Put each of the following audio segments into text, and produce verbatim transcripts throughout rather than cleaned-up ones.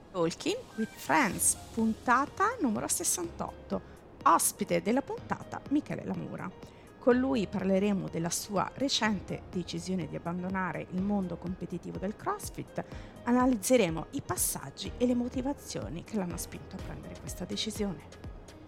Talking with Friends, puntata numero sessantotto. Ospite della puntata Michele Lamura. Con lui parleremo della sua recente decisione di abbandonare il mondo competitivo del CrossFit, analizzeremo i passaggi e le motivazioni che l'hanno spinto a prendere questa decisione.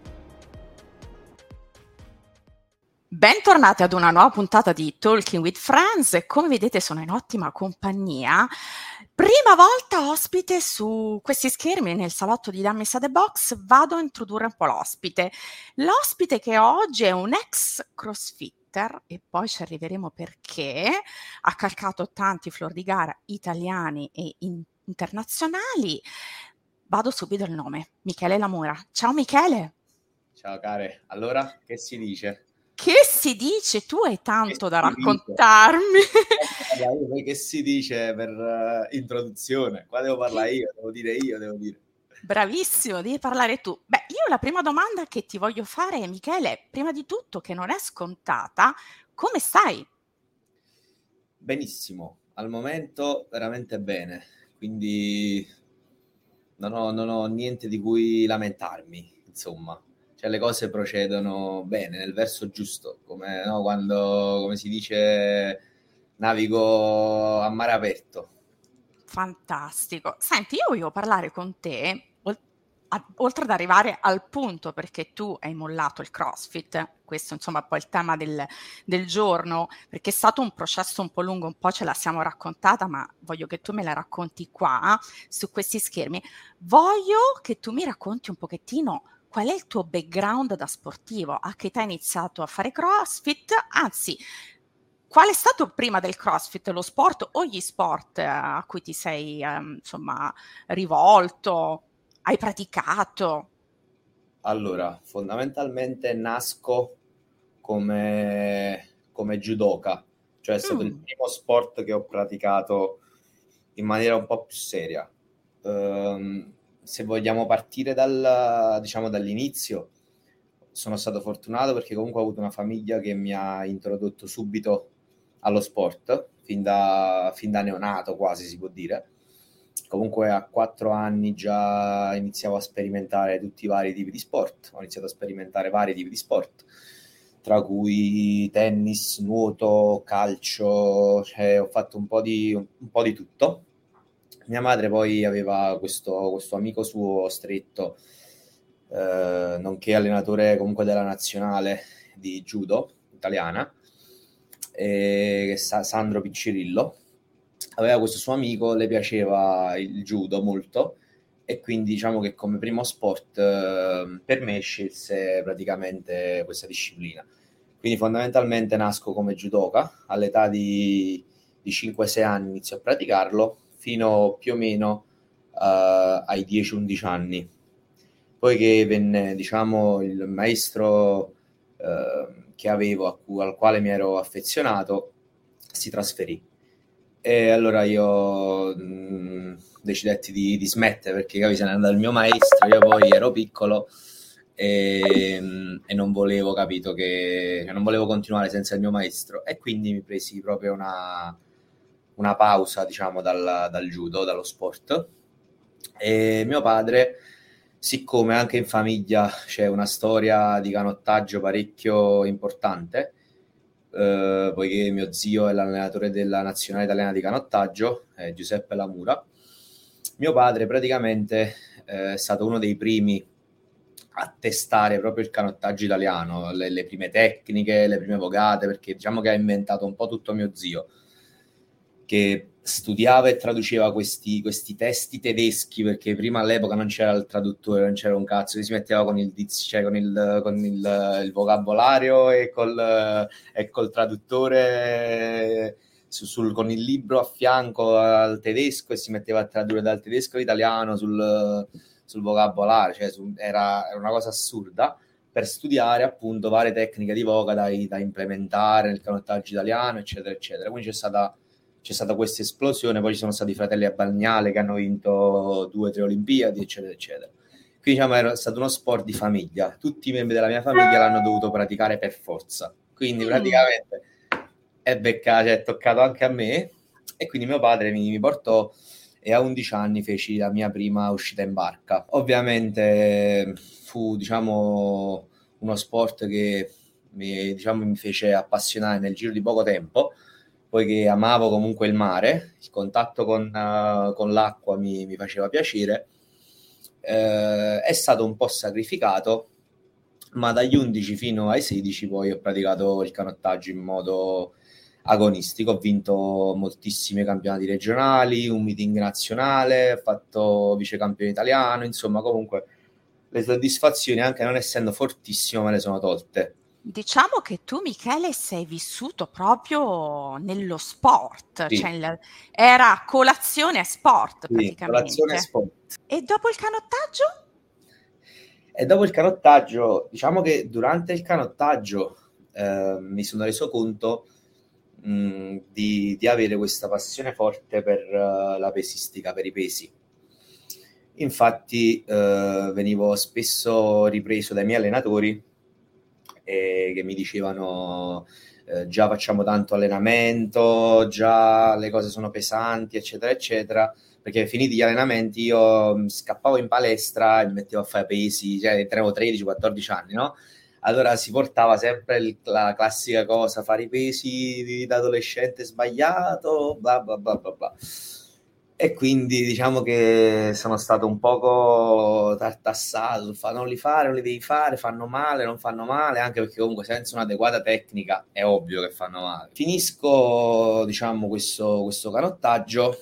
Bentornati ad una nuova puntata di Talking with Friends. Come vedete sono in ottima compagnia. Prima volta ospite su questi schermi nel salotto di Dammi Sa The Box. Vado a introdurre un po' l'ospite. L'ospite che ho oggi è un ex crossfitter e poi ci arriveremo perché ha calcato tanti flor di gara italiani e in- internazionali. Vado subito al nome, Michele Lamura. Ciao Michele. Ciao care, allora che si dice? Che si dice? Tu hai tanto Che da si raccontarmi. dice? Che si dice per uh, introduzione? Qua devo parlare io, devo dire io, devo dire. Bravissimo, devi parlare tu. Beh, io la prima domanda che ti voglio fare, Michele, prima di tutto, che non è scontata, come stai? Benissimo, al momento veramente bene, quindi non ho, non ho niente di cui lamentarmi, insomma. Cioè le cose procedono bene, nel verso giusto, come, no, quando, come si dice, navigo a mare aperto. Fantastico. Senti, io voglio parlare con te, ol- a- oltre ad arrivare al punto perché tu hai mollato il CrossFit, questo insomma è poi il tema del, del giorno, perché è stato un processo un po' lungo, un po' ce la siamo raccontata, ma voglio che tu me la racconti qua, su questi schermi. Voglio che tu mi racconti un pochettino qual è il tuo background da sportivo, a che età hai iniziato a fare CrossFit, anzi, qual è stato prima del CrossFit, lo sport o gli sport eh, a cui ti sei ehm, insomma rivolto, hai praticato? Allora, fondamentalmente nasco come, come judoka, cioè è stato il Mm, primo sport che ho praticato in maniera un po' più seria. Ehm, se vogliamo partire dal, diciamo, dall'inizio, sono stato fortunato perché comunque ho avuto una famiglia che mi ha introdotto subito allo sport, fin da, fin da neonato quasi si può dire. Comunque a quattro anni già iniziavo a sperimentare tutti i vari tipi di sport, ho iniziato a sperimentare vari tipi di sport, tra cui tennis, nuoto, calcio, cioè ho fatto un po' di, un po' di tutto. Mia madre poi aveva questo, questo amico suo stretto, eh, nonché allenatore comunque della nazionale di judo italiana, eh, Sandro Piccirillo. Aveva questo suo amico, le piaceva il judo molto e quindi diciamo che come primo sport eh, per me scelse praticamente questa disciplina. Quindi fondamentalmente nasco come judoka, all'età di, di cinque sei anni inizio a praticarlo fino più o meno uh, ai dieci undici anni. Poi che venne, diciamo, il maestro uh, che avevo, a cui, al quale mi ero affezionato, si trasferì. E allora io mh, decidetti di, di smettere perché capi, se ne andava il mio maestro, io poi ero piccolo e, e non volevo, capito, che cioè non volevo continuare senza il mio maestro e quindi mi presi proprio una, una pausa, diciamo, dal, dal judo, dallo sport. E mio padre, siccome anche in famiglia c'è una storia di canottaggio parecchio importante, eh, poiché mio zio è l'allenatore della nazionale italiana di canottaggio, eh, Giuseppe Lamura, mio padre praticamente eh, è stato uno dei primi a testare proprio il canottaggio italiano, le, le prime tecniche, le prime vogate, perché diciamo che ha inventato un po' tutto mio zio, che studiava e traduceva questi, questi testi tedeschi, perché prima all'epoca non c'era il traduttore, non c'era un cazzo, si metteva con il diz, cioè con il, con il, il vocabolario e col, e col traduttore su, sul, con il libro a fianco al tedesco e si metteva a tradurre dal tedesco all'italiano sul, sul vocabolario, cioè su, era, era una cosa assurda per studiare appunto varie tecniche di voga da, da implementare nel canottaggio italiano, eccetera, eccetera. Quindi c'è stata c'è stata questa esplosione, poi ci sono stati i fratelli a Bagnale che hanno vinto due o tre Olimpiadi, eccetera, eccetera. Quindi diciamo è stato uno sport di famiglia, tutti i membri della mia famiglia l'hanno dovuto praticare per forza, quindi mm, praticamente è beccato, cioè, è toccato anche a me e quindi mio padre mi, mi portò e a undici anni feci la mia prima uscita in barca. Ovviamente fu, diciamo, uno sport che mi, diciamo, mi fece appassionare nel giro di poco tempo, poiché amavo comunque il mare, il contatto con, uh, con l'acqua mi, mi faceva piacere. Eh, è stato un po' sacrificato, ma dagli undici fino ai sedici poi ho praticato il canottaggio in modo agonistico. Ho vinto moltissimi campionati regionali, un meeting nazionale, ho fatto vicecampione italiano, insomma comunque le soddisfazioni, anche non essendo fortissimo, me le sono tolte. Diciamo che tu, Michele, sei vissuto proprio nello sport, Sì, cioè il- era colazione e sport sì, colazione e praticamente. sport. E dopo il canottaggio? E dopo il canottaggio, diciamo che durante il canottaggio eh, mi sono reso conto mh, di, di avere questa passione forte per uh, la pesistica, per i pesi. Infatti eh, venivo spesso ripreso dai miei allenatori eh, che mi dicevano eh, già facciamo tanto allenamento, già le cose sono pesanti, eccetera, eccetera, perché finiti gli allenamenti io scappavo in palestra e mi mettevo a fare pesi, cioè tenevo tredici quattordici anni, no? Allora si portava sempre il, la classica cosa, fare i pesi da adolescente sbagliato, bla bla bla bla bla. E quindi diciamo che sono stato un poco tartassato, fa, non li fare, non li devi fare, fanno male, non fanno male, anche perché comunque senza un'adeguata tecnica è ovvio che fanno male. Finisco, diciamo, questo, questo canottaggio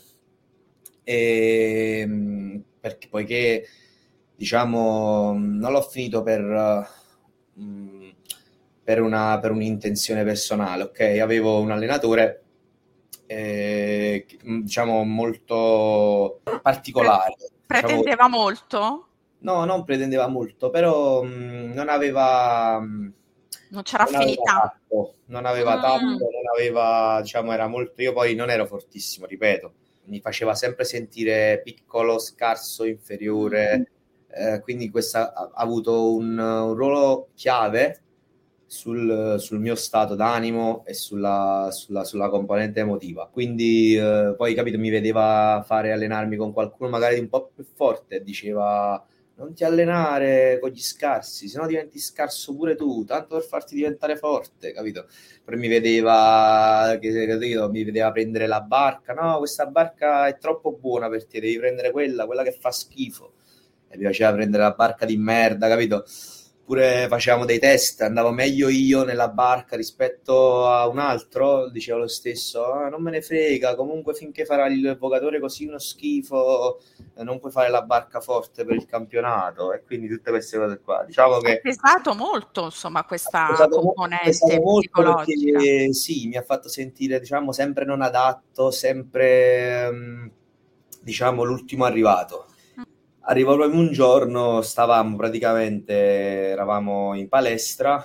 e, perché, poiché, diciamo, non l'ho finito per, mh, per, una, per un'intenzione personale, ok? Avevo un allenatore eh, diciamo molto Pre- particolare, diciamo, pretendeva molto? no, non pretendeva molto, però mh, non aveva mh, Non c'era non aveva affinità? tatto, non aveva tatto, Mm. non aveva, diciamo, era molto, io poi non ero fortissimo, ripeto, mi faceva sempre sentire piccolo, scarso, inferiore, eh, quindi questa ha, ha avuto un, un ruolo chiave sul, sul mio stato d'animo e sulla, sulla, sulla componente emotiva. Quindi eh, poi, capito, mi vedeva fare allenarmi con qualcuno magari un po' più forte e diceva non ti allenare con gli scarsi, sennò diventi scarso pure tu, tanto per farti diventare forte, capito? Poi mi vedeva, che, capito, mi vedeva prendere la barca, no, questa barca è troppo buona per te, devi prendere quella, quella che fa schifo. E mi faceva prendere la barca di merda, capito? Pure facevamo dei test, andavo meglio io nella barca rispetto a un altro, diceva lo stesso, ah, non me ne frega, comunque finché farà il vogatore così uno schifo, eh, non puoi fare la barca forte per il campionato, e quindi tutte queste cose qua. Diciamo Ha che pesato molto, insomma, ha questa pesato, mo- ha pesato componente molto psicologica. perché sì, mi ha fatto sentire, diciamo, sempre non adatto, sempre, ehm, diciamo, l'ultimo arrivato. Arrivò proprio un giorno, stavamo praticamente, eravamo in palestra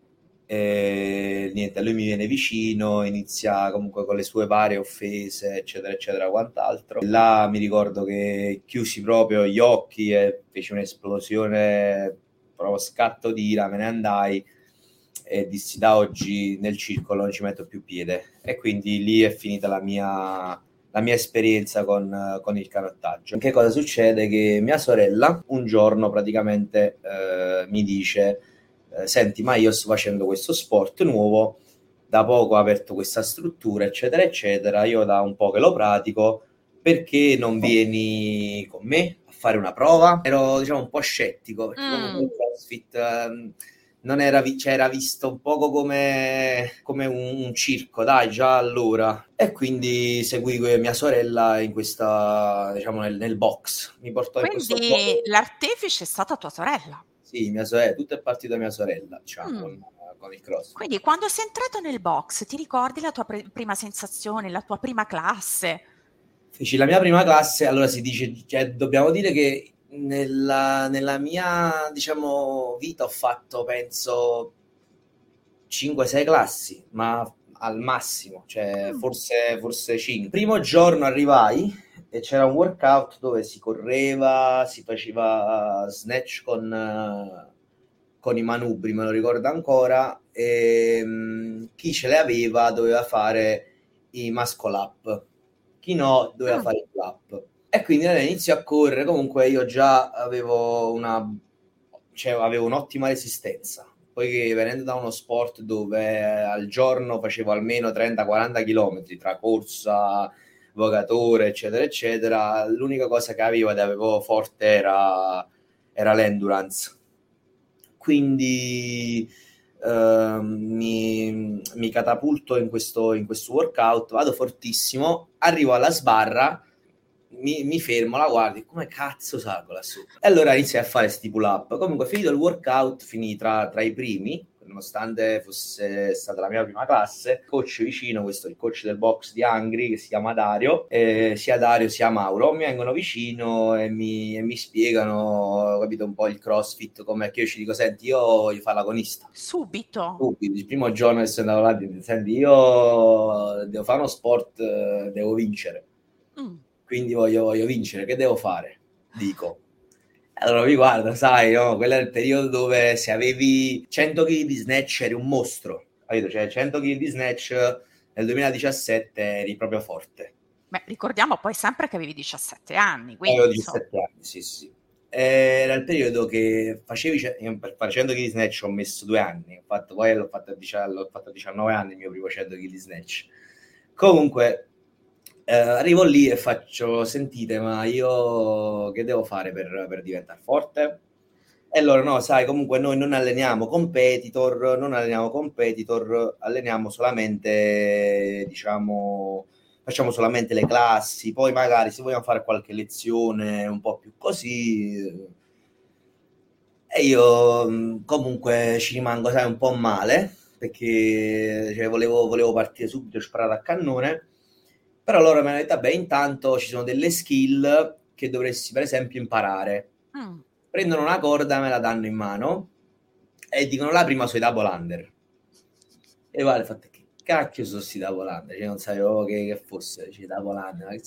e niente, lui mi viene vicino, inizia comunque con le sue varie offese, eccetera, eccetera, quant'altro. E là mi ricordo che chiusi proprio gli occhi e feci un'esplosione, proprio scatto d'ira, me ne andai e dissi da oggi nel circolo non ci metto più piede. E quindi lì è finita la mia la mia esperienza con, con il canottaggio. Che cosa succede? Che mia sorella un giorno praticamente eh, mi dice eh, senti, ma io sto facendo questo sport nuovo, da poco ho aperto questa struttura, eccetera, eccetera, io da un po' che lo pratico, perché non vieni con me a fare una prova? Ero, diciamo, un po' scettico, perché comunque Mm. il CrossFit ehm, non era, vi- cioè, era visto un poco come, come un, un circo, dai, già allora. E quindi seguì mia sorella in questa, diciamo, nel, nel box. Mi portò in questo box. Quindi l'artefice è stata tua sorella. Sì, mia sorella, tutto è partito da mia sorella, diciamo, Mm. con, con il CrossFit. Quindi quando sei entrato nel box, ti ricordi la tua pre- prima sensazione, la tua prima classe? Feci la mia prima classe, allora si dice, cioè, dobbiamo dire che nella, nella mia, diciamo, vita ho fatto, penso, cinque sei classi, ma al massimo, cioè Mm. forse, forse cinque. Primo giorno arrivai e c'era un workout dove si correva, si faceva snatch con, eh, con i manubri, me lo ricordo ancora, e mh, chi ce le aveva doveva fare i muscle up, chi no doveva Mm. fare i pull up. E quindi all'inizio a correre, comunque io già avevo una, cioè avevo un'ottima resistenza, poiché venendo da uno sport dove al giorno facevo almeno trenta quaranta chilometri tra corsa, vogatore, eccetera, eccetera, l'unica cosa che avevo ed avevo forte era, era l'endurance. Quindi Uh, mi, mi catapulto in questo, in questo workout, vado fortissimo, arrivo alla sbarra, mi, mi fermo, la guardo, come cazzo salgo lassù? E allora inizio a fare sti pull up. Comunque finito il workout, finì tra, tra i primi, nonostante fosse stata la mia prima classe, coach vicino, questo è il coach del box di Angri, che si chiama Dario, eh, sia Dario sia Mauro, mi vengono vicino e mi, e mi spiegano, capito, un po' il CrossFit, come che io ci dico, senti, io voglio fare l'agonista. Subito? Subito, il primo giorno che sono andato là, senti, io devo fare uno sport, devo vincere. Mm. Quindi voglio, voglio vincere, che devo fare? Dico. Allora mi guarda, sai, no? Quello è il periodo dove se avevi cento chili di snatch eri un mostro, capito? Cioè cento chili di snatch nel duemiladiciassette eri proprio forte. Beh, ricordiamo poi sempre che avevi diciassette anni, quindi avevo diciassette anni, sì, sì. Era il periodo che facevi, io per fare cento chili di snatch ho messo due anni, ho fatto, poi l'ho fatto, a, l'ho fatto a diciannove anni il mio primo cento chili di snatch. Comunque eh, arrivo lì e faccio, sentite, ma io che devo fare per, per diventare forte? E allora no, sai, comunque noi non alleniamo competitor, non alleniamo competitor, alleniamo solamente, diciamo, facciamo solamente le classi, poi magari se vogliamo fare qualche lezione un po' più così. E io comunque ci rimango, sai, un po' male, perché cioè, volevo, volevo partire subito, sparare a cannone, però loro mi hanno detto, vabbè, intanto ci sono delle skill che dovresti, per esempio, imparare. Mm. Prendono una corda, me la danno in mano e dicono la prima sui double under. E guarda, ho fatto, che cacchio sono sti double under? Cioè, non sapevo che, che fosse, cioè, double under.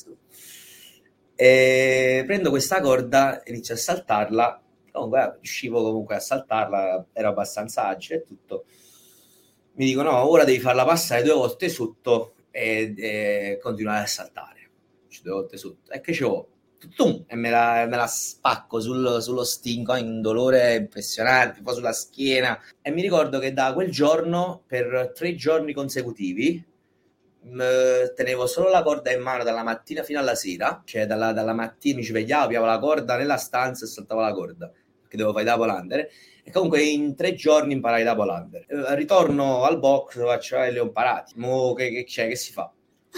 E prendo questa corda, inizio a saltarla, comunque riuscivo comunque a saltarla, ero abbastanza agile e tutto. Mi dicono, no, ora devi farla passare due volte sotto e, e continuare a saltare. Due volte sotto. E che c'ho? Tum, e me la, me la spacco sul, sullo stinco, in un dolore impressionante, poi sulla schiena. E mi ricordo che da quel giorno, per tre giorni consecutivi, mh, tenevo solo la corda in mano dalla mattina fino alla sera, cioè dalla, dalla mattina mi ci svegliavo, piavo la corda nella stanza e saltavo la corda, perché devo fare i double under. E comunque in tre giorni imparai i double under. Eh, ritorno al box, faccio, eh, li ho imparati. Mo che, che c'è, che si fa?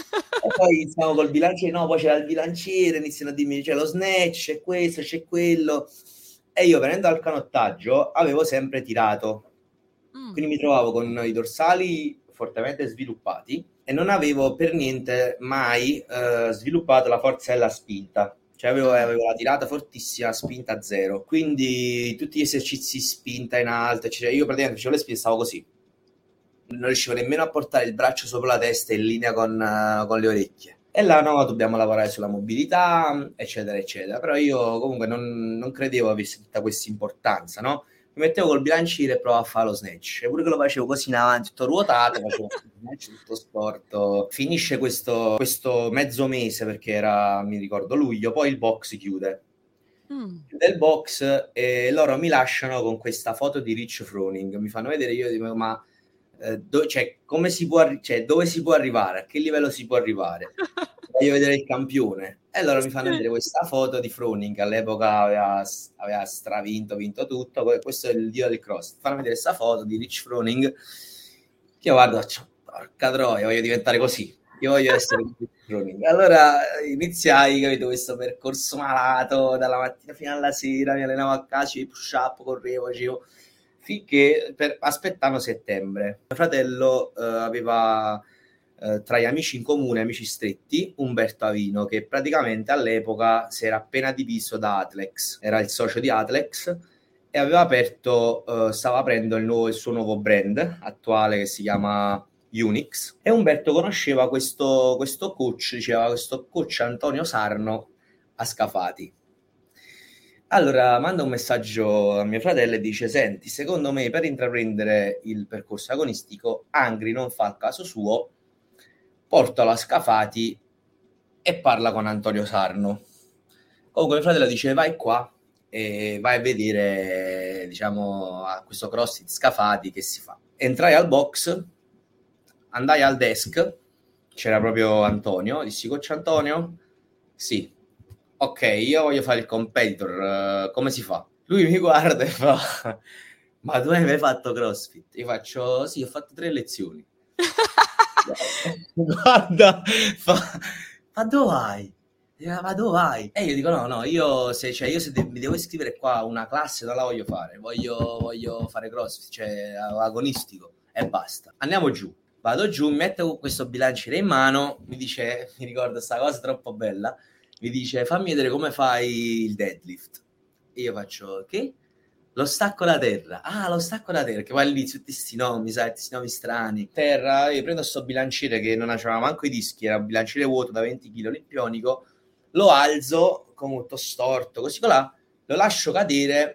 E poi iniziamo col bilanciere, no, poi c'era il bilanciere, iniziano a dirmi c'è lo snatch, c'è questo, c'è quello, e io venendo al canottaggio avevo sempre tirato, mm. quindi mi trovavo con i dorsali fortemente sviluppati e non avevo per niente mai eh, sviluppato la forza della spinta, cioè avevo, avevo la tirata fortissima, spinta zero, quindi tutti gli esercizi spinta in alto, cioè io praticamente facevo le spinte, stavo così, non riuscivo nemmeno a portare il braccio sopra la testa in linea con, uh, con le orecchie. E là no, dobbiamo lavorare sulla mobilità, eccetera, eccetera. Però io comunque non, non credevo avesse tutta questa importanza, no? Mi mettevo col bilanciere e provavo a fare lo snatch. E pure che lo facevo così in avanti, tutto ruotato, facevo snatch tutto storto. Finisce questo, questo mezzo mese, perché era, mi ricordo, luglio, poi il box chiude. Mm. Del box e loro mi lasciano con questa foto di Rich Froning. Mi fanno vedere, io dico, ma... Do, cioè, come si può, cioè, dove si può arrivare, a che livello si può arrivare, voglio vedere il campione. E allora mi fanno vedere questa foto di Froning, all'epoca aveva, aveva stravinto, vinto tutto, questo è il dio del cross. Fanno vedere questa foto di Rich Froning, che io guardo, porca troia, voglio diventare così, io voglio essere Rich Froning. Allora iniziai, capito, questo percorso malato, dalla mattina fino alla sera, mi allenavo a casa, push up, correvo, facevo, finché per, aspettando settembre. Mio fratello eh, aveva eh, tra gli amici in comune, amici stretti, Umberto Avino, che praticamente all'epoca si era appena diviso da Atlex, era il socio di Atlex e aveva aperto, eh, stava aprendo il, nuovo, il suo nuovo brand attuale che si chiama Unix, e Umberto conosceva questo, questo coach, diceva questo coach Antonio Sarno a Scafati. Allora manda un messaggio a mio fratello e dice, senti, secondo me per intraprendere il percorso agonistico Angri non fa il caso suo, portalo a Scafati e parla con Antonio Sarno. Comunque mio fratello dice vai qua e vai a vedere, diciamo, a questo CrossFit Scafati che si fa. Entrai al box, andai al desk, c'era proprio Antonio, dissi coach Antonio? Sì. Ok, io voglio fare il competitor, uh, come si fa? Lui mi guarda e fa, ma tu hai mai fatto CrossFit? Io faccio, sì, ho fatto tre lezioni. Guarda, fa, ma dove vai? Ma dove vai? E io dico no, no, io se, cioè, io se de- mi devo iscrivere qua a una classe non la voglio fare, voglio, voglio fare CrossFit, cioè agonistico e basta. Andiamo giù. Vado giù, mi metto questo bilanciere in mano, mi dice, mi ricordo sta cosa troppo bella, mi dice fammi vedere come fai il deadlift. E io faccio, che? Lo stacco da terra. Ah, lo stacco da terra, che poi all'inizio tutti sti nomi, sai, questi nomi strani. Terra, io prendo sto bilanciere che non aveva manco i dischi, era un bilanciere vuoto da venti chili olimpionico, lo alzo con molto storto, così là, lo lascio cadere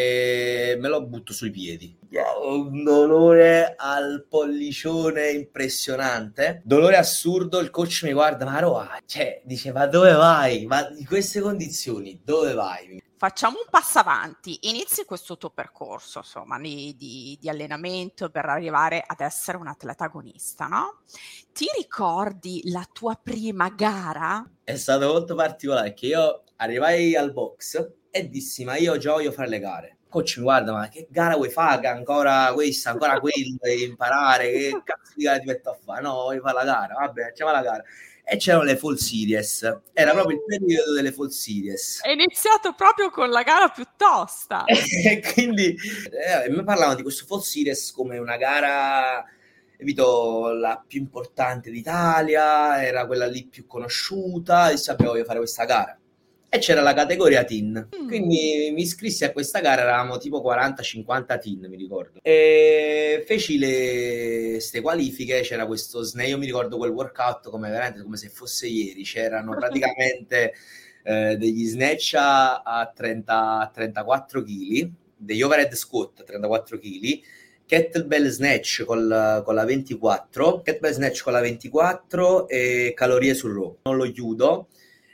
e me lo butto sui piedi. Un dolore al pollicione impressionante, dolore assurdo. Il coach mi guarda, ma Roa, cioè, dice, ma dove vai? Ma in queste condizioni dove vai? Facciamo un passo avanti, inizi questo tuo percorso, insomma, di, di, di allenamento per arrivare ad essere un atleta agonista, no? Ti ricordi la tua prima gara? È stato molto particolare, che io arrivai al box e dissi, ma io già voglio fare le gare. Il coach mi guarda, ma che gara vuoi fare? Ancora questa, ancora quella, devi imparare, che cazzo di gara ti metto a fare? No, voglio fare la gara, vabbè, facciamo la gara. E c'erano le Fall Series, era proprio il periodo delle Fall Series. È iniziato proprio con la gara più tosta. E quindi eh, mi parlavano di questo Fall Series come una gara, capito, la più importante d'Italia, era quella lì più conosciuta, e sapevo voglio fare questa gara. E c'era la categoria teen, mm. quindi mi iscrissi a questa gara, eravamo tipo quaranta cinquanta teen, mi ricordo. E feci le ste qualifiche, c'era questo snake, io mi ricordo quel workout come veramente come se fosse ieri, c'erano praticamente eh, degli snatch a, a trenta, a trentaquattro chili, degli overhead squat a trentaquattro chili, kettlebell snatch col, con la ventiquattro, kettlebell snatch con la ventiquattro e calorie sul row. Non lo chiudo.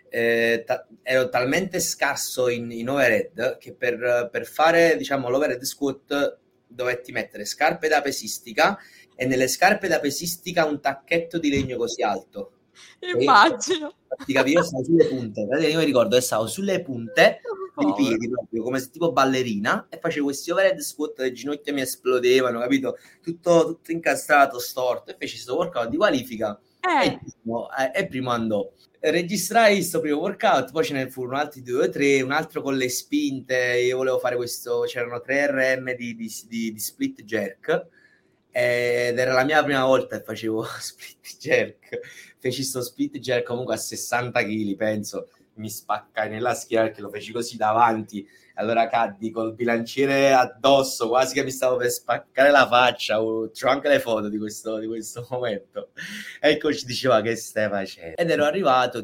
Eh, ta- ero talmente scarso in, in overhead che per, per fare, diciamo, l'overhead squat dovetti mettere scarpe da pesistica e nelle scarpe da pesistica un tacchetto di legno così alto. Immagino. Ti capi, io stavo sulle punte, io mi ricordo che stavo sulle punte dei piedi proprio come se tipo ballerina e facevo questi overhead squat, le ginocchia mi esplodevano, capito? Tutto, tutto incastrato, storto, e feci questo workout di qualifica eh. e, primo, eh, e primo andò. Registrai questo primo workout, poi ce ne furono altri due o tre, un altro con le spinte, io volevo fare questo, c'erano tre R M di, di, di, di split jerk ed era la mia prima volta che facevo split jerk, feci sto split jerk comunque a sessanta chili, penso, mi spaccai nella schiena perché lo feci così davanti, allora caddi col bilanciere addosso, quasi che mi stavo per spaccare la faccia. C'ho anche le foto di questo, di questo momento. E il coach diceva che stai facendo? Ed ero arrivato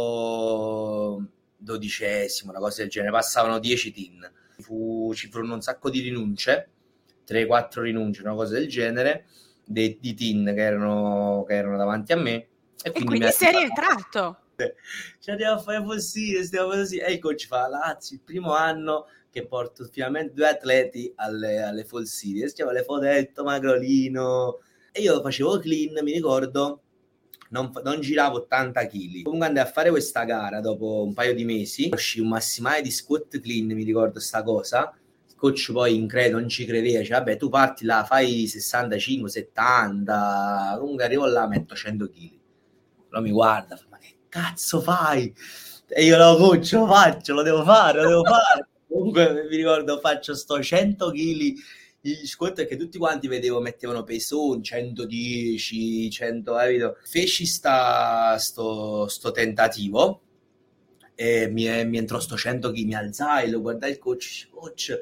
tipo dodicesimo, una cosa del genere, passavano dieci teen. Fu, ci furono un sacco di rinunce, tre quattro rinunce, una cosa del genere, dei, di teen che erano, che erano davanti a me. E, e quindi, quindi sei rientrato? Ci andiamo a fare possibile, stiamo così. E il coach fa, Lazio, il primo anno che porto finalmente due atleti alle, alle Fall Series, c'era le fotetto, magrolino, e io facevo clean, mi ricordo, non, non giravo ottanta chili. Comunque andai a fare questa gara dopo un paio di mesi, uscì un massimale di squat clean, mi ricordo sta cosa. Il coach poi incredo, non ci credeva, cioè, vabbè, tu parti là, fai sessantacinque settanta, comunque arrivo là, metto cento chili. Però mi guarda, ma che cazzo fai? E io lo coach, lo faccio, lo devo fare, lo devo fare. Comunque mi ricordo, faccio sto cento chili gli squat perché tutti quanti vedevo mettevano pesoni, centodieci, cento, capito? Feci sta, sto, sto tentativo e mi, mi entrò sto cento chili, mi alzai, lo guardai il coach, coach,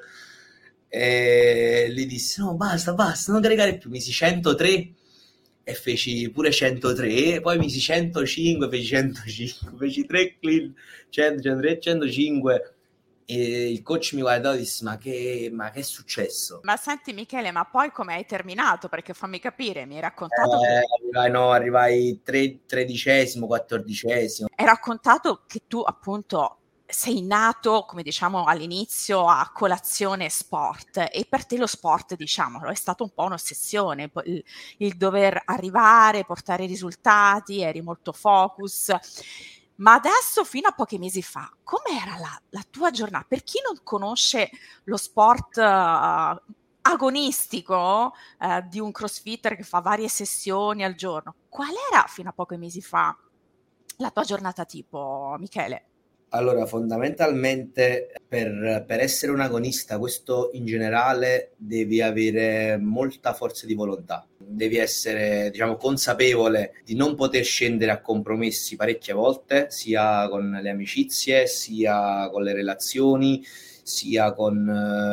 e gli dissi no basta, basta, non caricare più, misi centotré e feci pure centotré, poi misi centocinque, feci centocinque, feci tre clean, cento, centotré, centocinque. E il coach mi guardò e disse ma che, ma che è successo? Ma senti Michele, ma poi come hai terminato? Perché fammi capire, mi hai raccontato eh, che... arrivai, no, arrivai tre, tredicesimo, quattordicesimo. Hai raccontato che tu appunto sei nato, come diciamo all'inizio, a colazione sport, e per te lo sport, diciamolo, è stato un po' un'ossessione, il, il dover arrivare, portare i risultati, eri molto focus. Ma adesso, fino a pochi mesi fa, com'era la, la tua giornata? Per chi non conosce lo sport uh, agonistico uh, di un crossfitter che fa varie sessioni al giorno, qual era fino a pochi mesi fa la tua giornata tipo, Michele? Allora, fondamentalmente per, per essere un agonista, questo in generale, devi avere molta forza di volontà. Devi essere, diciamo, consapevole di non poter scendere a compromessi parecchie volte, sia con le amicizie, sia con le relazioni, sia con,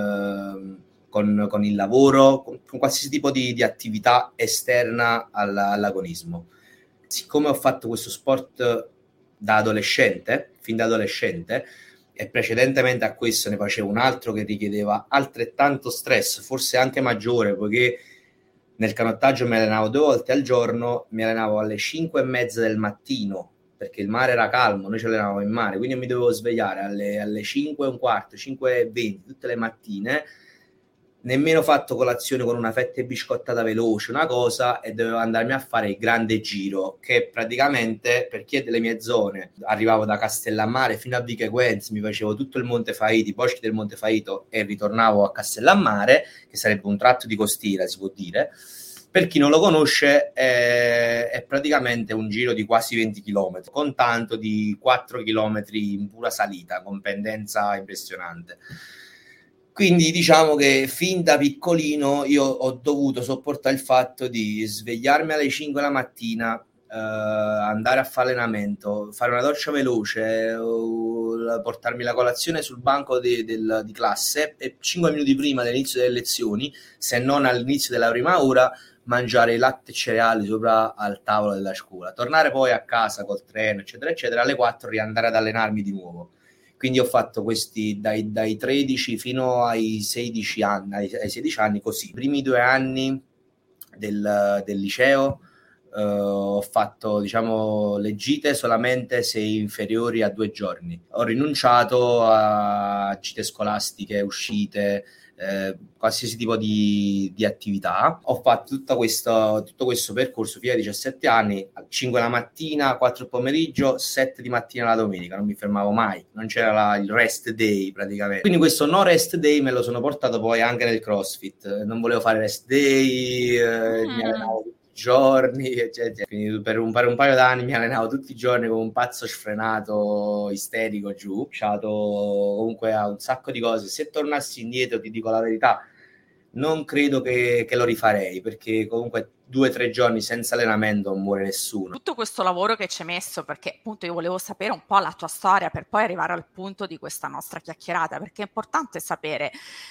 eh, con, con il lavoro, con, con qualsiasi tipo di, di attività esterna alla, all'agonismo. Siccome ho fatto questo sport da adolescente, fin da adolescente, e precedentemente a questo ne facevo un altro che richiedeva altrettanto stress, forse anche maggiore, poiché nel canottaggio mi allenavo due volte al giorno, mi allenavo alle cinque e mezza del mattino, perché il mare era calmo, noi ci allenavamo in mare, quindi mi dovevo svegliare alle, alle cinque e un quarto, cinque e venti tutte le mattine, nemmeno fatto colazione con una fetta e biscottata veloce, una cosa, e dovevo andarmi a fare il grande giro, che praticamente, per chi è delle mie zone, arrivavo da Castellammare fino a Vico Equense, mi facevo tutto il Monte Faito, i boschi del Monte Faito, e ritornavo a Castellammare, che sarebbe un tratto di costiera, si può dire. Per chi non lo conosce, è, è praticamente un giro di quasi venti chilometri, con tanto di quattro chilometri in pura salita, con pendenza impressionante. Quindi diciamo che fin da piccolino io ho dovuto sopportare il fatto di svegliarmi alle cinque la mattina, eh, andare a fare allenamento, fare una doccia veloce, uh, portarmi la colazione sul banco de, del, di classe e cinque minuti prima dell'inizio delle lezioni, se non all'inizio della prima ora, mangiare i latte e cereali sopra al tavolo della scuola, tornare poi a casa col treno, eccetera, eccetera, alle quattro riandare ad allenarmi di nuovo. Quindi ho fatto questi dai, dai tredici fino ai sedici anni, ai, ai sedici anni così. I primi due anni del, del liceo eh, ho fatto, diciamo, le gite solamente se inferiori a due giorni. Ho rinunciato a gite scolastiche, uscite, eh, qualsiasi tipo di, di attività. Ho fatto tutto questo, tutto questo percorso fino ai diciassette anni, cinque la mattina, quattro il pomeriggio, sette di mattina la domenica, non mi fermavo mai, non c'era la, il rest day praticamente. Quindi questo no rest day me lo sono portato poi anche nel CrossFit, non volevo fare rest day, eh, mm. mi allenavo tutti i giorni, eccetera. Quindi per un, per un paio d'anni mi allenavo tutti i giorni come un pazzo sfrenato, isterico giù, ho lasciato comunque a un sacco di cose. Se tornassi indietro, ti dico la verità, non credo che, che lo rifarei, perché comunque due o tre giorni senza allenamento non muore nessuno. Tutto questo lavoro che ci hai messo, perché appunto io volevo sapere un po' la tua storia per poi arrivare al punto di questa nostra chiacchierata, perché è importante sapere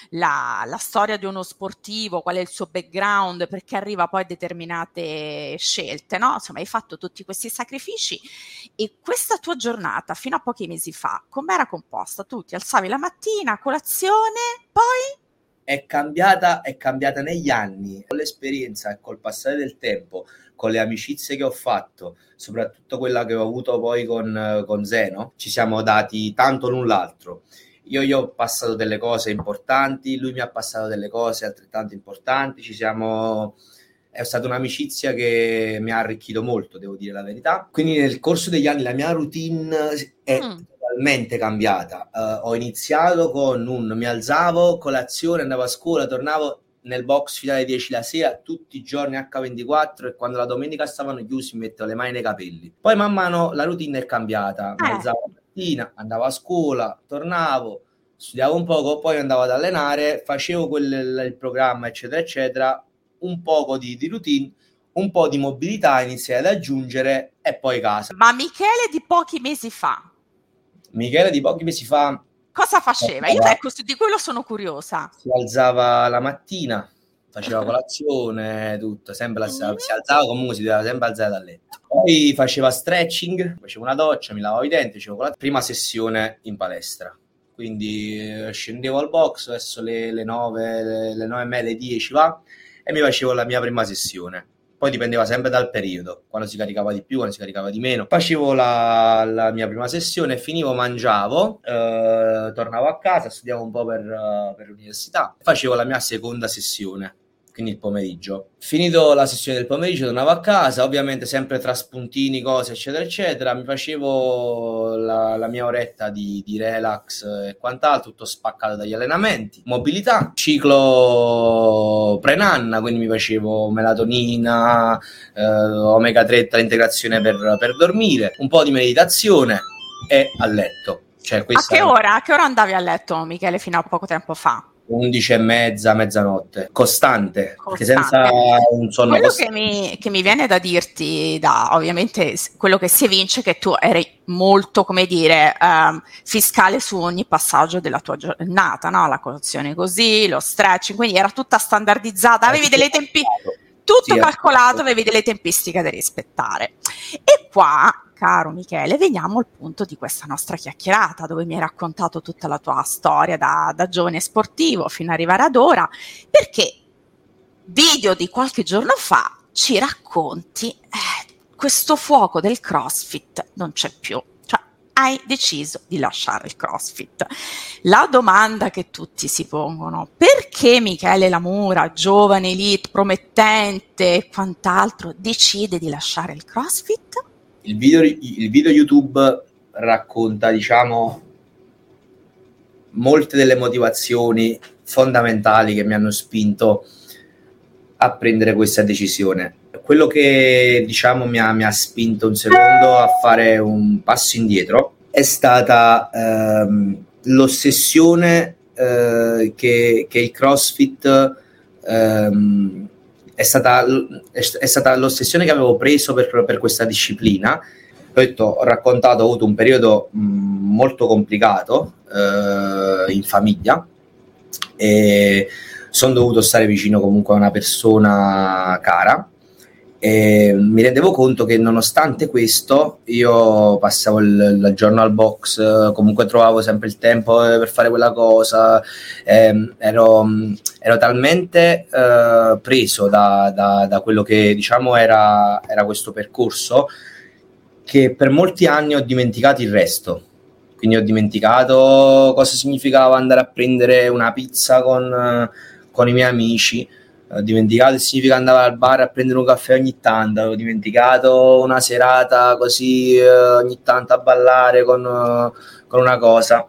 la, la storia di uno sportivo, qual è il suo background, perché arriva poi a determinate scelte, no? Insomma, hai fatto tutti questi sacrifici, e questa tua giornata fino a pochi mesi fa, com'era composta? Tu ti alzavi la mattina, colazione, poi... È cambiata, è cambiata negli anni, con l'esperienza e col passare del tempo, con le amicizie che ho fatto, soprattutto quella che ho avuto poi con, con Zeno, ci siamo dati tanto l'un l'altro. Io gli ho passato delle cose importanti, lui mi ha passato delle cose altrettanto importanti, ci siamo... è stata un'amicizia che mi ha arricchito molto, devo dire la verità. Quindi nel corso degli anni la mia routine è... Mm. totalmente cambiata. Uh, ho iniziato con un mi alzavo, colazione, andavo a scuola, tornavo nel box fino alle dieci la sera, tutti i giorni acca ventiquattro, e quando la domenica stavano chiusi mi mettevo le mani nei capelli. Poi man mano la routine è cambiata, mi alzavo la mattina, andavo a scuola, tornavo, studiavo un poco, poi andavo ad allenare, facevo quel, il programma, eccetera, eccetera, un poco di, di routine, un po' di mobilità iniziai ad aggiungere, e poi casa. Ma Michele di pochi mesi fa, Michele di pochi mesi fa cosa faceva? Io ecco, di quello sono curiosa. Si alzava la mattina, faceva colazione, tutto, sempre la mm-hmm. si alzava comunque, si doveva sempre alzare dal letto. Poi faceva stretching, faceva una doccia, mi lavavo i denti, facevo la prima sessione in palestra. Quindi eh, scendevo al box verso le, le nove, le, le nove e mezza, le dieci va, e mi facevo la mia prima sessione. poi dipendeva sempre dal periodo, quando si caricava di più, quando si caricava di meno. Facevo la, la mia prima sessione, finivo, mangiavo, eh, tornavo a casa, studiavo un po' per, uh, per l'università, facevo la mia seconda sessione, quindi il pomeriggio. Finito la sessione del pomeriggio tornavo a casa, ovviamente sempre tra spuntini, cose eccetera eccetera, mi facevo la, la mia oretta di, di relax e quant'altro, tutto spaccato dagli allenamenti, mobilità, ciclo pre-nanna, quindi mi facevo melatonina, eh, omega tre, integrazione per, per dormire, un po' di meditazione e a letto. Cioè, a che ora? A che ora andavi a letto, Michele, fino a poco tempo fa? undici e mezza, mezzanotte, costante, costante. Perché senza un sonno quello costante. Che mi, che mi viene da dirti, da ovviamente quello che si evince, che tu eri molto, come dire, um, fiscale su ogni passaggio della tua giornata, no? La colazione così, lo stretching, quindi era tutta standardizzata, avevi delle tempi, tutto sì, calcolato, avevi delle tempistiche da rispettare. E qua, caro Michele, veniamo al punto di questa nostra chiacchierata, dove mi hai raccontato tutta la tua storia da, da giovane sportivo fino ad arrivare ad ora, perché video di qualche giorno fa ci racconti eh, questo fuoco del CrossFit non c'è più, cioè hai deciso di lasciare il CrossFit. La domanda che tutti si pongono: perché Michele Lamura, giovane elite, promettente e quant'altro, decide di lasciare il CrossFit? Il video, il video YouTube racconta, diciamo, molte delle motivazioni fondamentali che mi hanno spinto a prendere questa decisione. Quello che, diciamo, mi ha, mi ha spinto un secondo a fare un passo indietro è stata ehm, l'ossessione eh, che, che il CrossFit ehm, è stata, è, è stata l'ossessione che avevo preso per, per questa disciplina. Ho detto, ho raccontato, ho avuto un periodo mh, molto complicato eh, in famiglia e sono dovuto stare vicino comunque a una persona cara e mi rendevo conto che nonostante questo io passavo il, il giorno al box, comunque trovavo sempre il tempo per fare quella cosa, eh, ero, ero talmente eh, preso da, da, da quello che, diciamo, era, era questo percorso, che per molti anni ho dimenticato il resto. Quindi ho dimenticato cosa significava andare a prendere una pizza con, con i miei amici, ho dimenticato il significato andare al bar a prendere un caffè ogni tanto, ho dimenticato una serata così eh, ogni tanto a ballare con, con una cosa.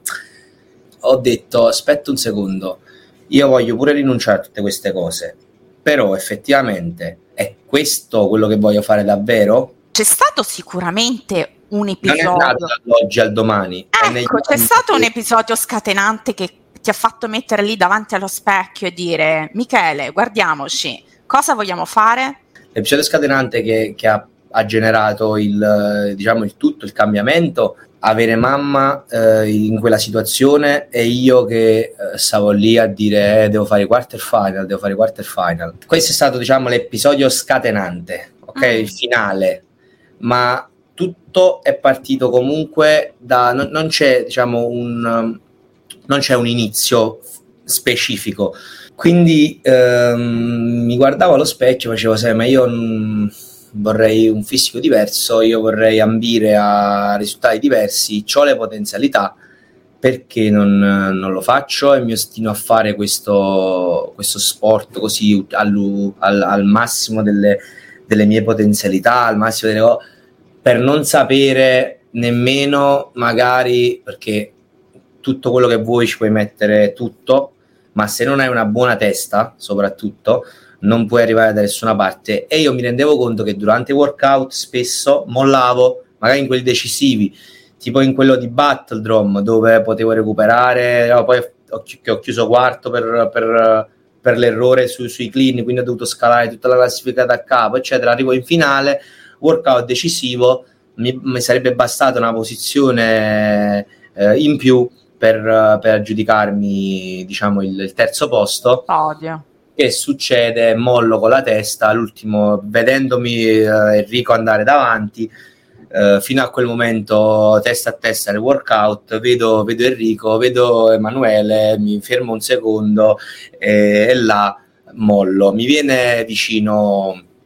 Ho detto, aspetta un secondo, io voglio pure rinunciare a tutte queste cose, però effettivamente è questo quello che voglio fare davvero? C'è stato sicuramente un episodio. Non è nato dall'oggi al domani. Ecco, c'è stato un episodio scatenante che ti ha fatto mettere lì davanti allo specchio e dire: Michele, guardiamoci, cosa vogliamo fare? L'episodio scatenante che, che ha, ha generato il, diciamo, il tutto, il cambiamento, avere mamma eh, in quella situazione e io che eh, stavo lì a dire eh, devo fare i quarter final, devo fare i quarter final. Questo è stato, diciamo, l'episodio scatenante, ok? Mm. Il finale. Ma tutto è partito comunque da... Non, non c'è, diciamo, un... non c'è un inizio specifico, quindi ehm, mi guardavo allo specchio e facevo: sai, ma io mh, vorrei un fisico diverso, io vorrei ambire a risultati diversi, ho le potenzialità, perché non, non lo faccio e mi ostino a fare questo, questo sport così al, al, al massimo delle, delle mie potenzialità, al massimo delle cose, per non sapere nemmeno, magari, perché tutto quello che vuoi ci puoi mettere tutto, ma se non hai una buona testa, soprattutto, non puoi arrivare da nessuna parte. E io mi rendevo conto che durante i workout spesso mollavo, magari in quelli decisivi, tipo in quello di Battledrome, dove potevo recuperare, no, poi ho, chi- ho chiuso quarto per, per, per l'errore su, sui clean, quindi ho dovuto scalare tutta la classifica da capo, eccetera. Arrivo in finale, workout decisivo, mi, mi sarebbe bastata una posizione eh, in più Per, per aggiudicarmi, diciamo, il, il terzo posto. Odio. Che succede? Mollo con la testa, l'ultimo, vedendomi eh, Enrico andare davanti, eh, fino a quel momento testa a testa nel workout, vedo, vedo Enrico, vedo Emanuele, mi fermo un secondo e, e là mollo. Mi viene vicino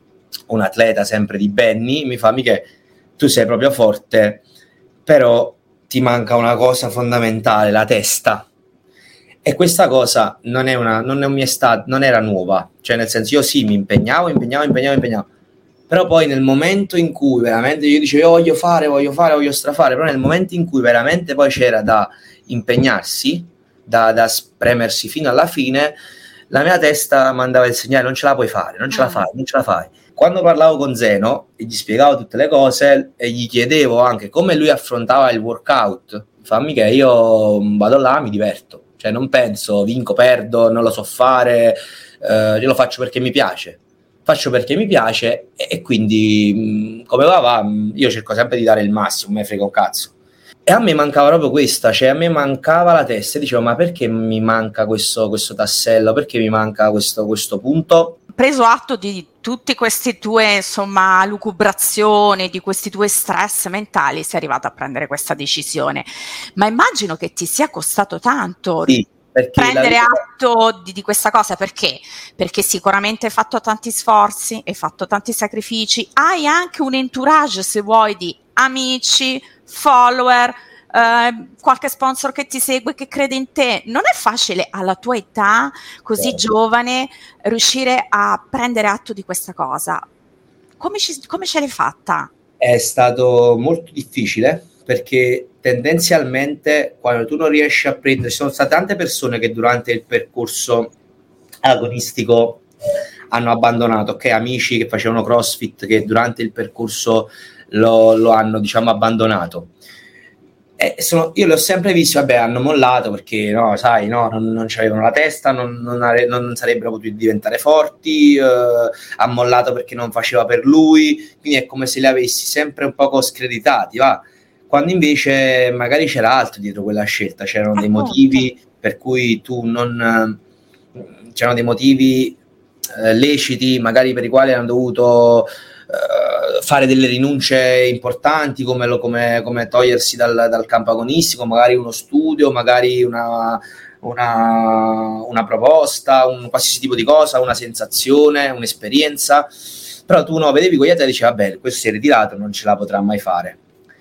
un atleta sempre di Benny, mi fa: Michele, tu sei proprio forte, però ti manca una cosa fondamentale, la testa. E questa cosa non è una, non è, mi è sta, non era nuova, cioè nel senso, io sì, mi impegnavo, impegnavo, impegnavo, impegnavo, però poi nel momento in cui veramente io dicevo io voglio fare, voglio fare, voglio strafare, però nel momento in cui veramente poi c'era da impegnarsi, da, da spremersi fino alla fine, la mia testa mandava il segnale: non ce la puoi fare, non ce la fai, non ce la fai. Quando parlavo con Zeno e gli spiegavo tutte le cose e gli chiedevo anche come lui affrontava il workout, fammi che io vado là, mi diverto, cioè non penso vinco, perdo, non lo so fare, eh, io lo faccio perché mi piace, faccio perché mi piace e, e quindi mh, come va va, io cerco sempre di dare il massimo, me frega un cazzo. E a me mancava proprio questa, cioè a me mancava la testa, e dicevo: ma perché mi manca questo, questo tassello, perché mi manca questo, questo punto? Preso atto di tutte queste tue, insomma, lucubrazioni, di questi tuoi stress mentali, sei arrivata a prendere questa decisione. Ma immagino che ti sia costato tanto Sì, prendere la... atto di, di questa cosa. Perché? Perché sicuramente hai fatto tanti sforzi, hai fatto tanti sacrifici, hai anche un entourage, se vuoi, di amici, follower, eh, qualche sponsor che ti segue, che crede in te. Non è facile alla tua età, così Certo. giovane, riuscire a prendere atto di questa cosa. Come, ci, come ce l'hai fatta? È stato molto difficile, perché tendenzialmente quando tu non riesci a prendere, ci sono state tante persone che durante il percorso agonistico hanno abbandonato, ok, amici che facevano CrossFit che durante il percorso lo, lo hanno, diciamo, abbandonato. E sono, io l'ho sempre visto, vabbè, hanno mollato perché, no, sai, no, non, non c'avevano la testa, non, non, are, non sarebbero potuti diventare forti, eh, ha mollato perché non faceva per lui, quindi è come se li avessi sempre un poco screditati, va? Quando invece magari c'era altro dietro quella scelta, c'erano dei motivi per cui tu non... c'erano dei motivi eh, leciti, magari per i quali hanno dovuto... Uh, fare delle rinunce importanti, come, lo, come, come togliersi dal, dal campo agonistico, magari uno studio, magari una, una, una proposta, un qualsiasi tipo di cosa, una sensazione, un'esperienza, però tu no, vedevi quegli atleti e dici: vabbè, questo si è ritirato, non ce la potrà mai fare.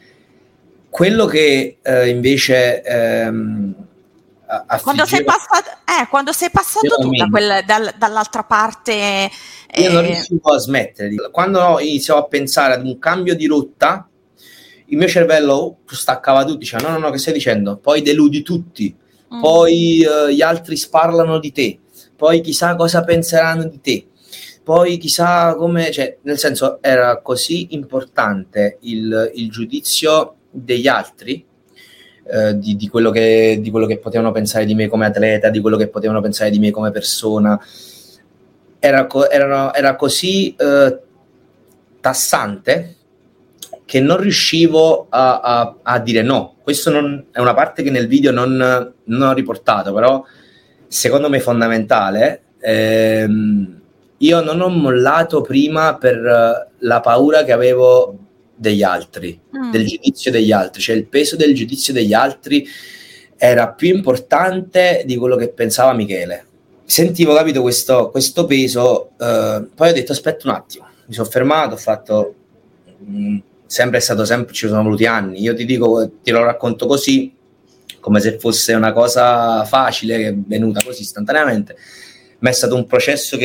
Quello che eh, invece ehm, quando sei passato, eh, quando sei passato tu da quel, dal, dall'altra parte, eh... io non riuscivo a smettere. Quando iniziavo a pensare ad un cambio di rotta, il mio cervello staccava tutto, diceva: no, no, no, che stai dicendo? Poi deludi tutti, mm. poi uh, gli altri sparlano di te, poi chissà cosa penseranno di te, poi chissà come, cioè, nel senso, era così importante il, il giudizio degli altri, eh, di, di, quello che, di quello che potevano pensare di me come atleta, di quello che potevano pensare di me come persona. Era, era, era così eh, tassante che non riuscivo a, a, a dire no. Questo non, è una parte che nel video non, non ho riportato, però secondo me è fondamentale. Ehm, io non ho mollato prima per la paura che avevo degli altri, mm. del giudizio degli altri, cioè il peso del giudizio degli altri era più importante di quello che pensava Michele. Sentivo, capito, questo, questo peso, eh, poi ho detto: aspetta un attimo, mi sono fermato, ho fatto, mh, sempre è stato sempre, ci sono voluti anni, io ti dico, ti lo racconto così, come se fosse una cosa facile, che è venuta così istantaneamente, ma è stato un processo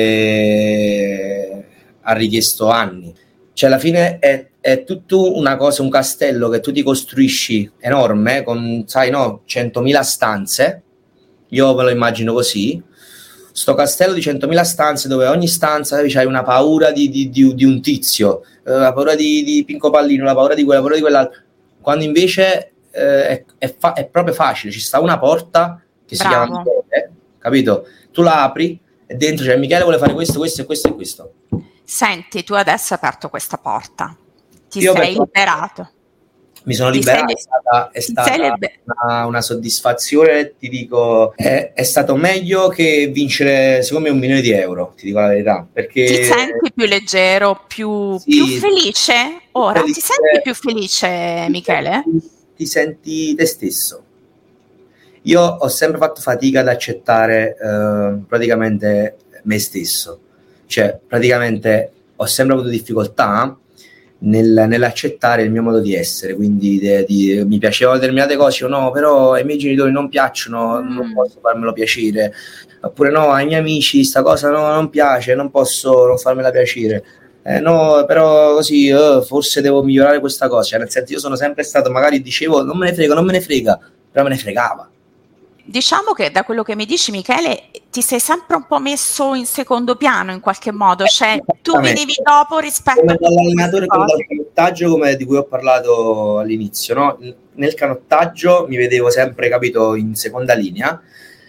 che ha richiesto anni. Cioè alla fine è, è tutto una cosa, un castello che tu ti costruisci enorme, con, sai, no, centomila stanze. Io me lo immagino così, sto castello di centomila stanze, dove ogni stanza c'hai una paura di, di, di, di un tizio, eh, la paura di, di Pinco Pallino, la paura di quella, la paura di quell'altro, quando invece eh, è, è, fa- è proprio facile, ci sta una porta che si Bravo. chiama Michele, capito? Tu la apri e dentro c'è Michele, vuole fare questo, questo e questo e questo. Senti, tu adesso hai aperto questa porta, ti Io sei liberato. Mi sono liberato, è stata, è stata una, una soddisfazione, ti dico, è, è stato meglio che vincere, secondo me, un milione di euro, ti dico la verità, perché... Ti senti più leggero, più, sì, più felice? Ora, felice, ti senti più felice, ti Michele? Senti, ti senti te stesso. Io ho sempre fatto fatica ad accettare eh, praticamente me stesso, cioè praticamente ho sempre avuto difficoltà nel, nell'accettare il mio modo di essere, quindi de, di, mi piacevano determinate cose, o no, però ai miei genitori non piacciono, mm. non posso farmelo piacere, oppure no, ai miei amici sta cosa no, non piace, non posso non farmela piacere, eh, no, però così uh, forse devo migliorare questa cosa, cioè, nel senso, io sono sempre stato, magari dicevo non me ne frega, non me ne frega, però me ne fregava. Diciamo che da quello che mi dici, Michele, ti sei sempre un po' messo in secondo piano in qualche modo, cioè tu venivi dopo rispetto come a dall'allenatore, come dal canottaggio, come di cui ho parlato all'inizio, no? Nel canottaggio mi vedevo sempre, capito, in seconda linea,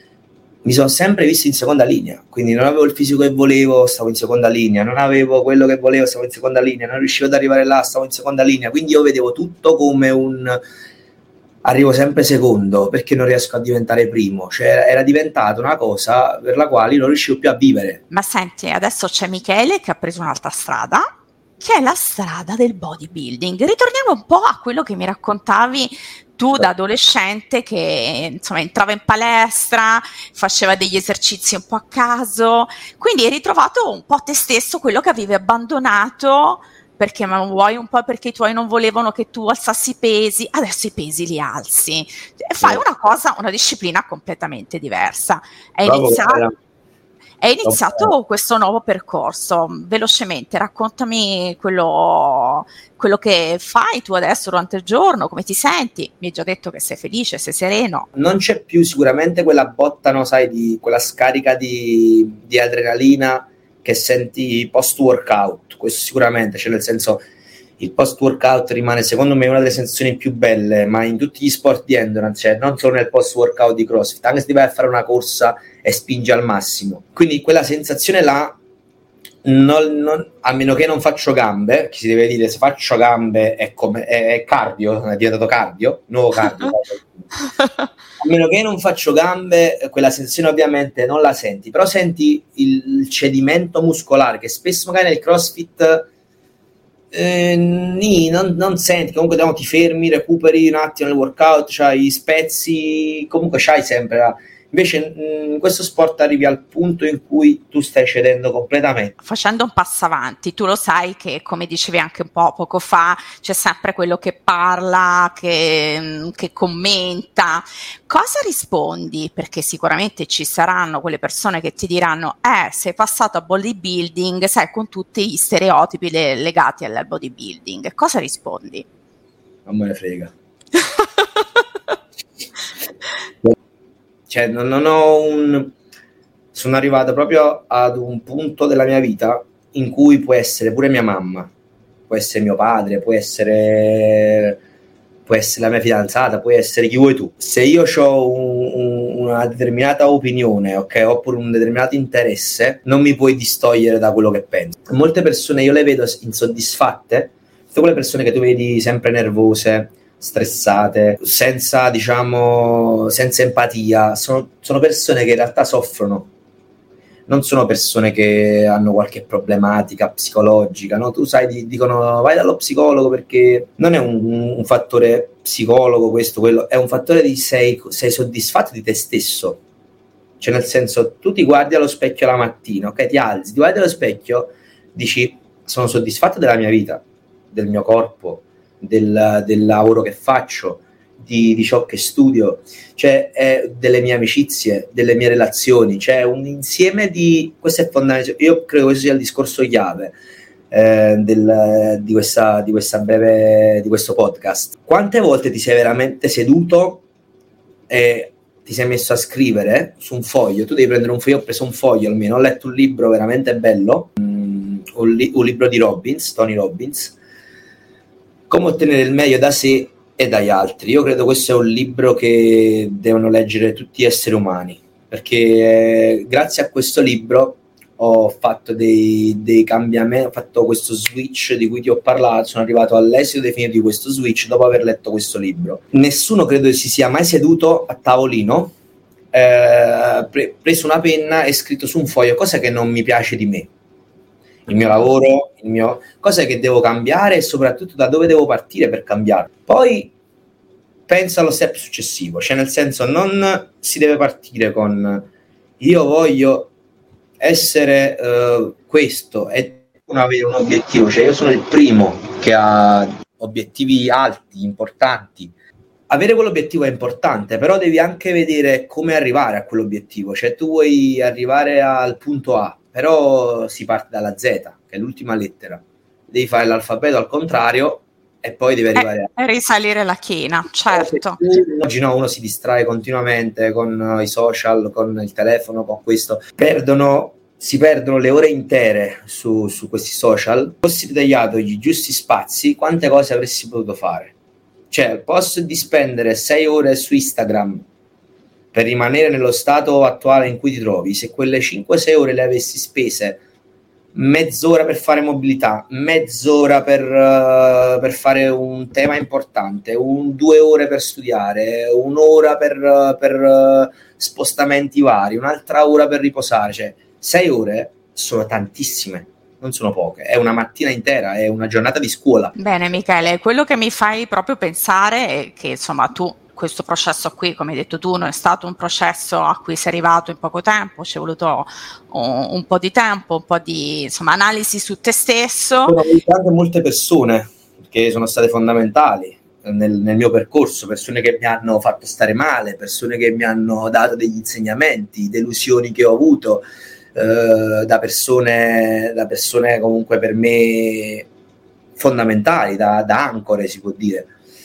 mi sono sempre visto in seconda linea, quindi non avevo il fisico che volevo, stavo in seconda linea, non avevo quello che volevo, stavo in seconda linea, non riuscivo ad arrivare là, stavo in seconda linea, quindi io vedevo tutto come un... arrivo sempre secondo perché non riesco a diventare primo, cioè era diventata una cosa per la quale non riuscivo più a vivere. Ma senti, adesso c'è Michele che ha preso un'altra strada, che è la strada del bodybuilding. Ritorniamo un po' a quello che mi raccontavi tu da adolescente, che insomma entrava in palestra, faceva degli esercizi un po' a caso, quindi hai ritrovato un po' te stesso, quello che avevi abbandonato perché ma vuoi un po' perché i tuoi non volevano che tu alzassi i pesi, adesso i pesi li alzi, fai una cosa, una disciplina completamente diversa. È iniziato, è iniziato questo nuovo percorso. Velocemente raccontami quello, quello che fai tu adesso durante il giorno, come ti senti. Mi hai già detto che sei felice, sei sereno. Non c'è più sicuramente quella botta, no, sai, di quella scarica di, di adrenalina che senti post workout, questo sicuramente, cioè nel senso, il post workout rimane secondo me una delle sensazioni più belle, ma in tutti gli sport di endurance, cioè non solo nel post workout di CrossFit, anche se ti vai a fare una corsa e spingi al massimo, quindi quella sensazione là, non, non, a meno che non faccio gambe, che si deve dire, se faccio gambe è, come, è, è cardio, è diventato cardio, nuovo cardio. A meno che non faccio gambe, quella sensazione ovviamente non la senti, però senti il cedimento muscolare che spesso magari nel CrossFit eh, nì, non, non senti, comunque no, ti fermi, recuperi un attimo nel workout, c'hai spezzi, comunque c'hai sempre la... Invece in questo sport arrivi al punto in cui tu stai cedendo completamente. Facendo un passo avanti, tu lo sai che, come dicevi anche un po' poco fa, c'è sempre quello che parla, che, che commenta. Cosa rispondi? Perché sicuramente ci saranno quelle persone che ti diranno eh, sei passato a bodybuilding, sai, con tutti gli stereotipi le, legati al bodybuilding. Cosa rispondi? Non me ne frega. Cioè, non, non ho un... sono arrivato proprio ad un punto della mia vita in cui può essere pure mia mamma, può essere mio padre, può essere, può essere la mia fidanzata, può essere chi vuoi tu. Se io ho un, un, una determinata opinione, ok, oppure un determinato interesse, non mi puoi distogliere da quello che penso. Molte persone io le vedo insoddisfatte, tutte quelle persone che tu vedi sempre nervose, stressate, senza, diciamo, senza empatia, sono, sono persone che in realtà soffrono, non sono persone che hanno qualche problematica psicologica, no? Tu sai, dicono vai dallo psicologo perché non è un, un fattore psicologo questo, quello, è un fattore di sei, sei soddisfatto di te stesso, cioè nel senso, tu ti guardi allo specchio la mattina, ok, ti alzi, ti guardi allo specchio, dici sono soddisfatto della mia vita, del mio corpo, Del, del lavoro che faccio, di, di ciò che studio, cioè è delle mie amicizie, delle mie relazioni, c'è un insieme di, questo è fondamentale, io credo che questo sia il discorso chiave eh, del, di, questa, di questa breve, di questo podcast. Quante volte ti sei veramente seduto e ti sei messo a scrivere su un foglio? Tu devi prendere un foglio, ho preso un foglio almeno, ho letto un libro veramente bello, um, un, li, un libro di Robbins, Tony Robbins, Come ottenere il meglio da sé e dagli altri. Io credo questo sia un libro che devono leggere tutti gli esseri umani, perché eh, grazie a questo libro ho fatto dei, dei cambiamenti, ho fatto questo switch di cui ti ho parlato, sono arrivato all'esito definito di questo switch dopo aver letto questo libro. Nessuno credo si sia mai seduto a tavolino, eh, pre- preso una penna e scritto su un foglio cosa che non mi piace di me, il mio lavoro, il mio... cosa che devo cambiare e soprattutto da dove devo partire per cambiarlo. Poi penso allo step successivo, cioè nel senso non si deve partire con io voglio essere uh, questo e uno avere un obiettivo, cioè io sono il primo che ha obiettivi alti, importanti. Avere quell'obiettivo è importante, però devi anche vedere come arrivare a quell'obiettivo, cioè tu vuoi arrivare al punto A, però si parte dalla Z, che è l'ultima lettera, devi fare l'alfabeto al contrario e poi devi arrivare a risalire la china, certo. Oggi no, uno si distrae continuamente con i social, con il telefono, con questo, perdono si perdono le ore intere su, su questi social. Se fossi ritagliato i giusti spazi, quante cose avresti potuto fare? Cioè, al posto di spendere sei ore su Instagram per rimanere nello stato attuale in cui ti trovi, se quelle cinque sei ore le avessi spese mezz'ora per fare mobilità, mezz'ora per, uh, per fare un tema importante, un, due ore per studiare, un'ora per, uh, per uh, spostamenti vari, un'altra ora per riposare, cioè sei ore sono tantissime, non sono poche, è una mattina intera, è una giornata di scuola. Bene Michele, quello che mi fai proprio pensare è che insomma tu questo processo qui, come hai detto tu, non è stato un processo a cui sei arrivato in poco tempo, ci è voluto un, un po' di tempo, un po' di insomma analisi su te stesso. Sono anche molte persone che sono state fondamentali nel, nel mio percorso, persone che mi hanno fatto stare male, persone che mi hanno dato degli insegnamenti, delusioni che ho avuto eh, da persone, da persone comunque per me fondamentali, da, da ancore si può dire,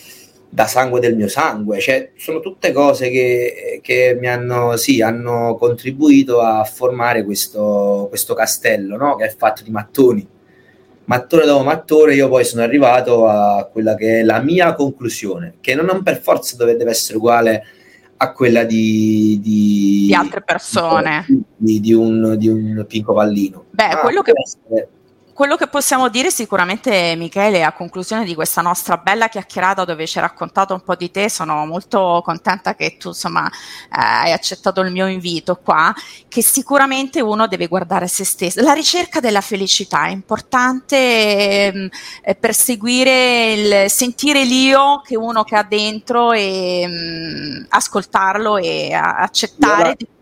da sangue del mio sangue, cioè sono tutte cose che, che mi hanno, sì, hanno contribuito a formare questo, questo castello, no? Che è fatto di mattoni. Mattone dopo mattone io poi sono arrivato a quella che è la mia conclusione, che non per forza deve essere uguale a quella di, di, di altre persone, di, di, un, di un Pinco Pallino. Beh, ah, quello che... Essere... Quello che possiamo dire sicuramente, Michele, a conclusione di questa nostra bella chiacchierata dove ci hai raccontato un po' di te, sono molto contenta che tu insomma eh, hai accettato il mio invito qua, che sicuramente uno deve guardare se stesso. La ricerca della felicità è importante eh, perseguire il sentire l'io che uno che ha dentro e mh, ascoltarlo e a, accettare de-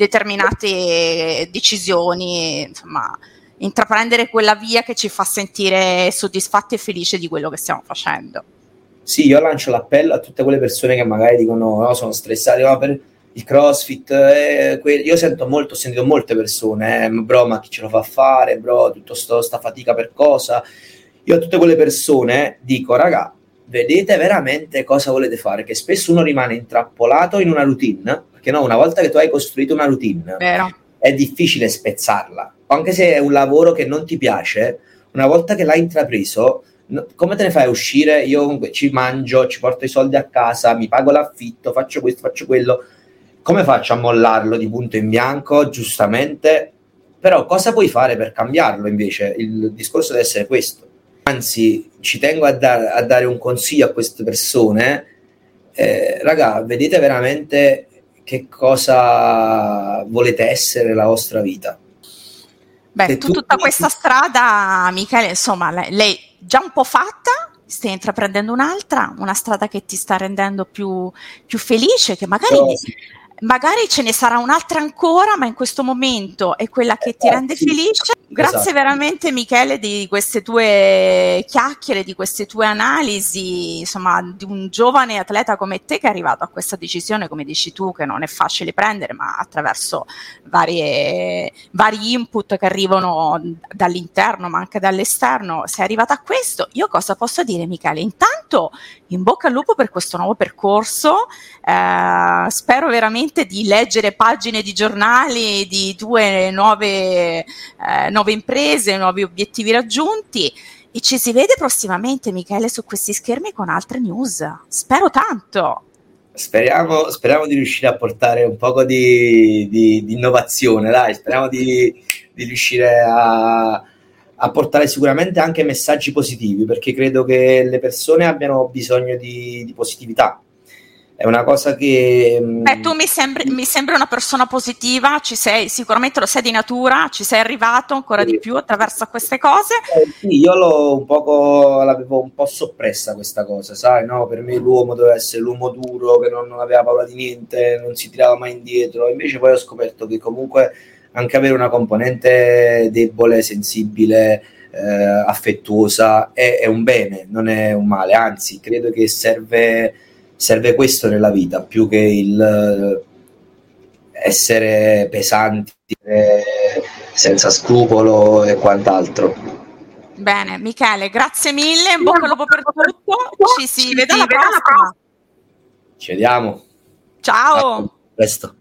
determinate decisioni, insomma intraprendere quella via che ci fa sentire soddisfatti e felici di quello che stiamo facendo. Sì, io lancio l'appello a tutte quelle persone che magari dicono no, sono stressate no, per il CrossFit, eh, que- io sento molto, ho sentito molte persone, eh, bro, ma chi ce lo fa fare, bro, tutta sta fatica per cosa? Io a tutte quelle persone dico, raga, vedete veramente cosa volete fare, che spesso uno rimane intrappolato in una routine, perché no, una volta che tu hai costruito una routine, Vero. È difficile spezzarla, anche se è un lavoro che non ti piace, una volta che l'hai intrapreso, no, come te ne fai uscire? Io comunque ci mangio, ci porto i soldi a casa, mi pago l'affitto, faccio questo, faccio quello, come faccio a mollarlo di punto in bianco? Giustamente, però cosa puoi fare per cambiarlo invece? Il discorso deve essere questo. Anzi, ci tengo a, da- a dare un consiglio a queste persone, eh, raga, vedete veramente che cosa volete essere nella vostra vita. Beh, tu, tutta questa strada, Michele, insomma, lei, lei già un po' fatta, stai intraprendendo un'altra, una strada che ti sta rendendo più, più felice, che magari, oh, sì. magari ce ne sarà un'altra ancora, ma in questo momento è quella che ti eh, rende sì. felice. Grazie esatto. veramente Michele di queste tue chiacchiere, di queste tue analisi, insomma di un giovane atleta come te che è arrivato a questa decisione, come dici tu, che non è facile prendere, ma attraverso varie, vari input che arrivano dall'interno ma anche dall'esterno, sei arrivato a questo. Io cosa posso dire Michele? Intanto in bocca al lupo per questo nuovo percorso, eh, spero veramente di leggere pagine di giornali di tue nuove eh, nuove imprese, nuovi obiettivi raggiunti e ci si vede prossimamente Michele su questi schermi con altre news, spero tanto. Speriamo, speriamo di riuscire a portare un po' di, di, di innovazione, dai, speriamo di, di riuscire a, a portare sicuramente anche messaggi positivi, perché credo che le persone abbiano bisogno di, di positività. È una cosa che... Beh, tu mi sembri, mi sembri una persona positiva, ci sei, sicuramente lo sei di natura, ci sei arrivato ancora sì. di più attraverso queste cose. Eh, sì, io l'ho un poco, l'avevo un po' soppressa questa cosa, sai, no? Per me l'uomo doveva essere l'uomo duro, che non, non aveva paura di niente, non si tirava mai indietro, invece poi ho scoperto che comunque anche avere una componente debole, sensibile, eh, affettuosa, è, è un bene, non è un male, anzi credo che serve, serve questo nella vita, più che il essere pesanti, eh, senza scrupolo e quant'altro. Bene, Michele, grazie mille, in bocca al lupo per tutto, ci si vede alla prossima. Ci vediamo. Ciao. A presto.